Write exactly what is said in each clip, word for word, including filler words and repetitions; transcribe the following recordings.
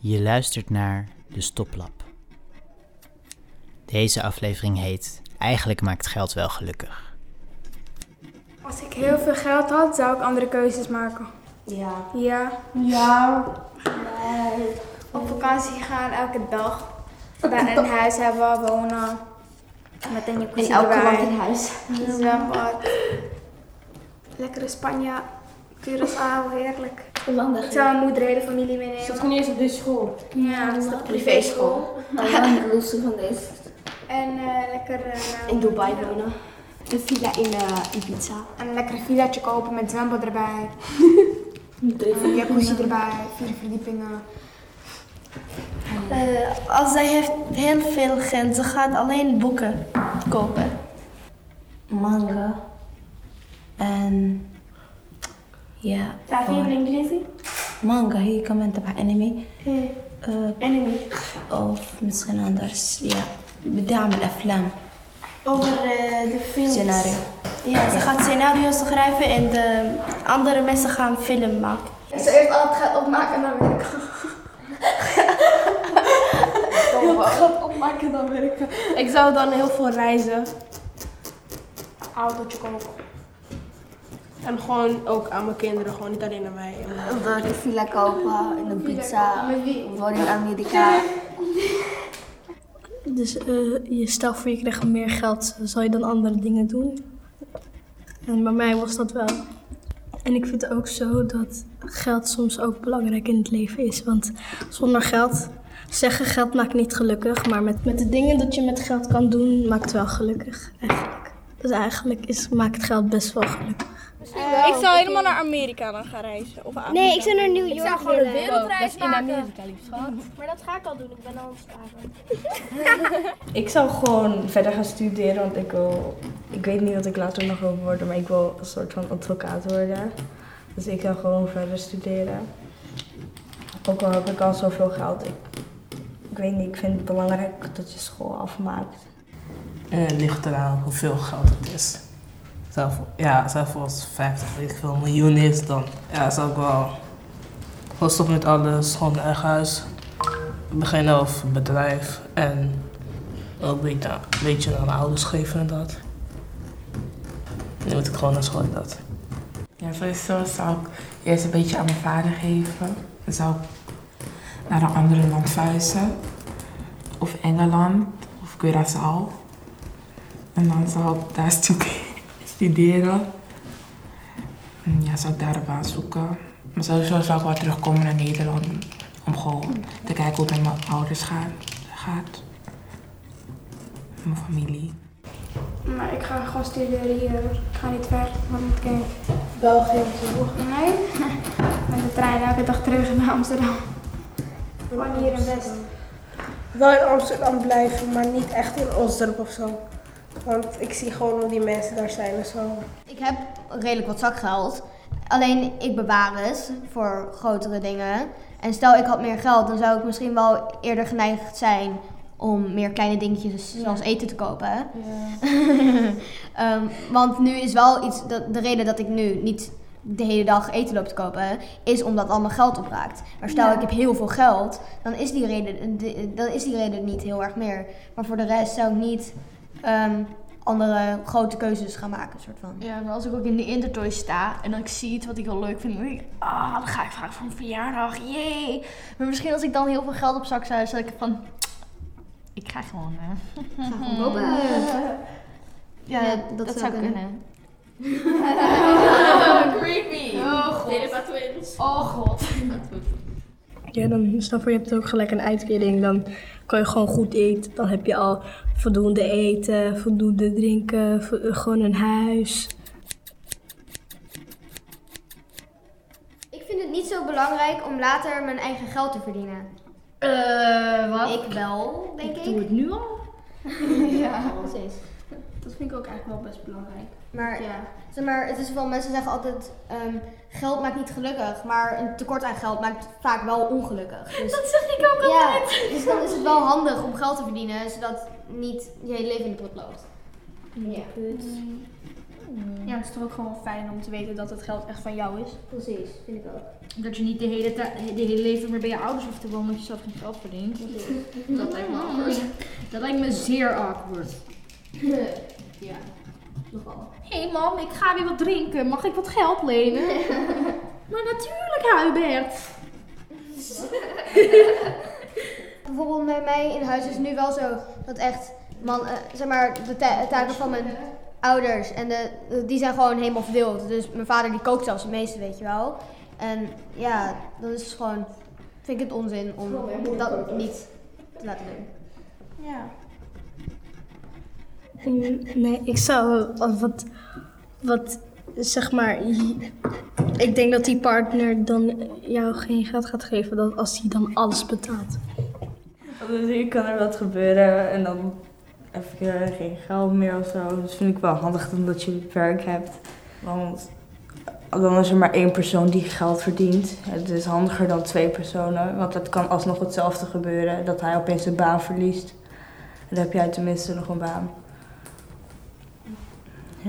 Je luistert naar De Stoplap. Deze aflevering heet Eigenlijk maakt geld wel gelukkig. Als ik heel veel geld had, zou ik andere keuzes maken. Ja. Ja. Ja. Nee. Op vakantie gaan elke dag. Bij een huis hebben, wonen. Met een jacuzzi In elke erbij. land in huis. Een zwembad. Lekkere Spanje. Curaçao, heerlijk. Ik zou mijn moeder de hele familie meenemen. Is dat gewoon eerst op deze school? Ja, dat is de Privéschool. privéschool. De losse van deze. En uh, lekker... Uh, In Dubai wonen. Een villa in uh, Ibiza. En een lekker villaatje kopen met zwembad erbij. Drie Een jacuzzi erbij, vier verdiepingen. Uh, als zij heeft heel veel geld, ze gaat alleen boeken kopen. Manga. En... ja. تعرفين بالانجليزي؟ Manga, هي كمان تبع انمي. ايه Uh, انمي. of misschien anders. Ja. بدي اعمل افلام. Over uh, de films. Scenario. Ja, ze gaat scenario's schrijven en de andere mensen gaan film maken. Ze eerst al het geld opmaken en dan werken. Heel veel geld opmaken dan werken. Ik zou dan heel veel reizen. Autootje kopen. En gewoon ook aan mijn kinderen, gewoon niet alleen aan mij. Wil ik een villa kopen in Ibiza. Met wie? Wonen in Amerika. Dus uh, je stel voor je krijgt meer geld, zal je dan andere dingen doen? En bij mij was dat wel. En ik vind ook zo dat geld soms ook belangrijk in het leven is. Want zonder geld, zeggen geld maakt niet gelukkig, maar met, met de dingen dat je met geld kan doen, maakt wel gelukkig eigenlijk. Dus eigenlijk is, maakt geld best wel gelukkig. Uh, ik zou helemaal naar Amerika dan gaan reizen. Of Afrika. Nee, ik zou naar New York. Ik zou gewoon een willen. wereldreis maken. In Amerika, liefst schat. Maar dat ga ik al doen, ik ben al staan. Ik zou gewoon verder gaan studeren, want ik wil... Ik weet niet wat ik later nog wil worden, maar ik wil een soort van advocaat worden. Dus ik ga gewoon verder studeren. Ook al heb ik al zoveel geld. Ik, ik weet niet, ik vind het belangrijk dat je school afmaakt. Het uh, ligt eraan hoeveel geld het is. Zelf, ja, zelfs als het vijftig, weet ik veel, miljoen is, dan ja, zou ik wel gewoon stoppen met alles, gewoon een eigen huis beginnen of een bedrijf en ook een beetje, een beetje aan mijn ouders geven en dat. Nu moet ik gewoon naar school en dat. Ja, sowieso zou ik eerst een beetje aan mijn vader geven. Dan zou ik naar een andere land verhuizen. Of Engeland, of Curaçao. En dan zou ik daar studeren. studeren. En ja, zou ik daar een baan zoeken. Maar sowieso zou ik wel terugkomen naar Nederland. Om gewoon te kijken hoe het met mijn ouders gaat. gaat. Mijn familie. Maar ik ga gewoon studeren hier. Ik ga niet ver, want ik ken België toch? Nee. Met de trein elke dag terug naar Amsterdam. Gewoon hier in West. Wel in Amsterdam blijven, maar niet echt in Osdorp of zo. Want ik zie gewoon hoe die mensen daar zijn en zo. Ik heb redelijk wat zakgeld. Alleen ik bewaar het voor grotere dingen. En stel ik had meer geld, dan zou ik misschien wel eerder geneigd zijn om meer kleine dingetjes zoals eten te kopen. Ja. um, want nu is wel iets, de, de reden dat ik nu niet de hele dag eten loop te kopen, is omdat al mijn geld opraakt. Maar stel ja. ik heb heel veel geld, dan is die reden, de, dan is die reden niet heel erg meer. Maar voor de rest zou ik niet um, andere grote keuzes gaan maken, soort van. Ja, maar als ik ook in de Intertoy sta en dan ik zie iets wat ik wel leuk vind, dan denk ik, ah, dan ga ik vragen voor een verjaardag, jee. Maar misschien als ik dan heel veel geld op zak zou, dan zou ik van, ik ga gewoon, hè. Ga gewoon kopen. Ja, ja, dat, dat zou kunnen. kunnen. Creepy. Oh god. Twins. Oh god. Ja, dan stel voor je hebt ook gelijk een uitkering, dan kan je gewoon goed eten. Dan heb je al voldoende eten, voldoende drinken, vo- gewoon een huis. Ik vind het niet zo belangrijk om later mijn eigen geld te verdienen. Uh, wat? Ik wel, denk ik. Doe het nu al? Ja, precies. Dat vind ik ook eigenlijk wel best belangrijk. Maar, ja. zeg maar het is wel, mensen zeggen altijd, um, geld maakt niet gelukkig, maar een tekort aan geld maakt vaak wel ongelukkig. Dus, dat zeg ik ook ja, altijd. dus dan is het wel handig om geld te verdienen, zodat niet je hele leven in de prut loopt. Ja. Ja, het is toch ook gewoon fijn om te weten dat het geld echt van jou is. Precies, vind ik ook. Dat je niet de hele, ta- de hele leven meer bij je ouders hoeft te wonen omdat je zelf geen geld verdient. Dat lijkt me anders. Dat lijkt me zeer awkward. Ja, nogal. Hé hey mam, ik ga weer wat drinken. Mag ik wat geld lenen? Maar natuurlijk, Hubert. Bijvoorbeeld bij mij in huis is het nu wel zo dat echt, man, uh, zeg maar, de ta- taken van mijn ouders en de, die zijn gewoon helemaal verdeeld. Dus mijn vader die kookt zelfs het meeste, weet je wel. En ja, dan is het gewoon, vind ik het onzin om dat niet te laten doen. Ja. Nee, ik zou wat, wat, zeg maar, ik denk dat die partner dan jou geen geld gaat geven dat als hij dan alles betaalt. Dus kan er wat gebeuren en dan heb ik er geen geld meer of zo. Dus vind ik wel handig dan dat je werk hebt. Want dan is er maar één persoon die geld verdient. Het is handiger dan twee personen, want het kan alsnog hetzelfde gebeuren. Dat hij opeens zijn baan verliest. En dan heb jij tenminste nog een baan. Ja.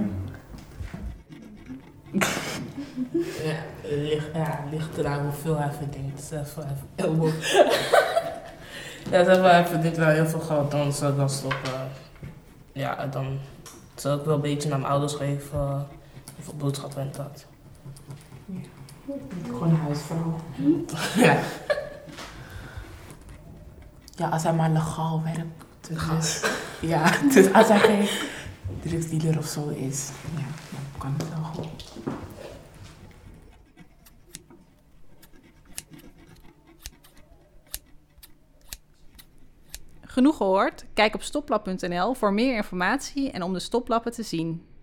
Ja, ligt, ja, ligt eraan hoeveel hij verdient. Zelf hij elbow. Ja, zelf hij verdient wel heel veel geld, dan zou ik wel stoppen. Ja, dan zou ik wel een beetje naar mijn ouders geven. Hoeveel boodschappen en dat. Gewoon een huisvrouw. Ja. Ja, als hij maar legaal werkt. Dus, ja, dus als hij geen drugsdealer of zo is, ja, dan kan het wel gewoon. Genoeg gehoord? Kijk op stoplap punt n l voor meer informatie en om de stoplappen te zien.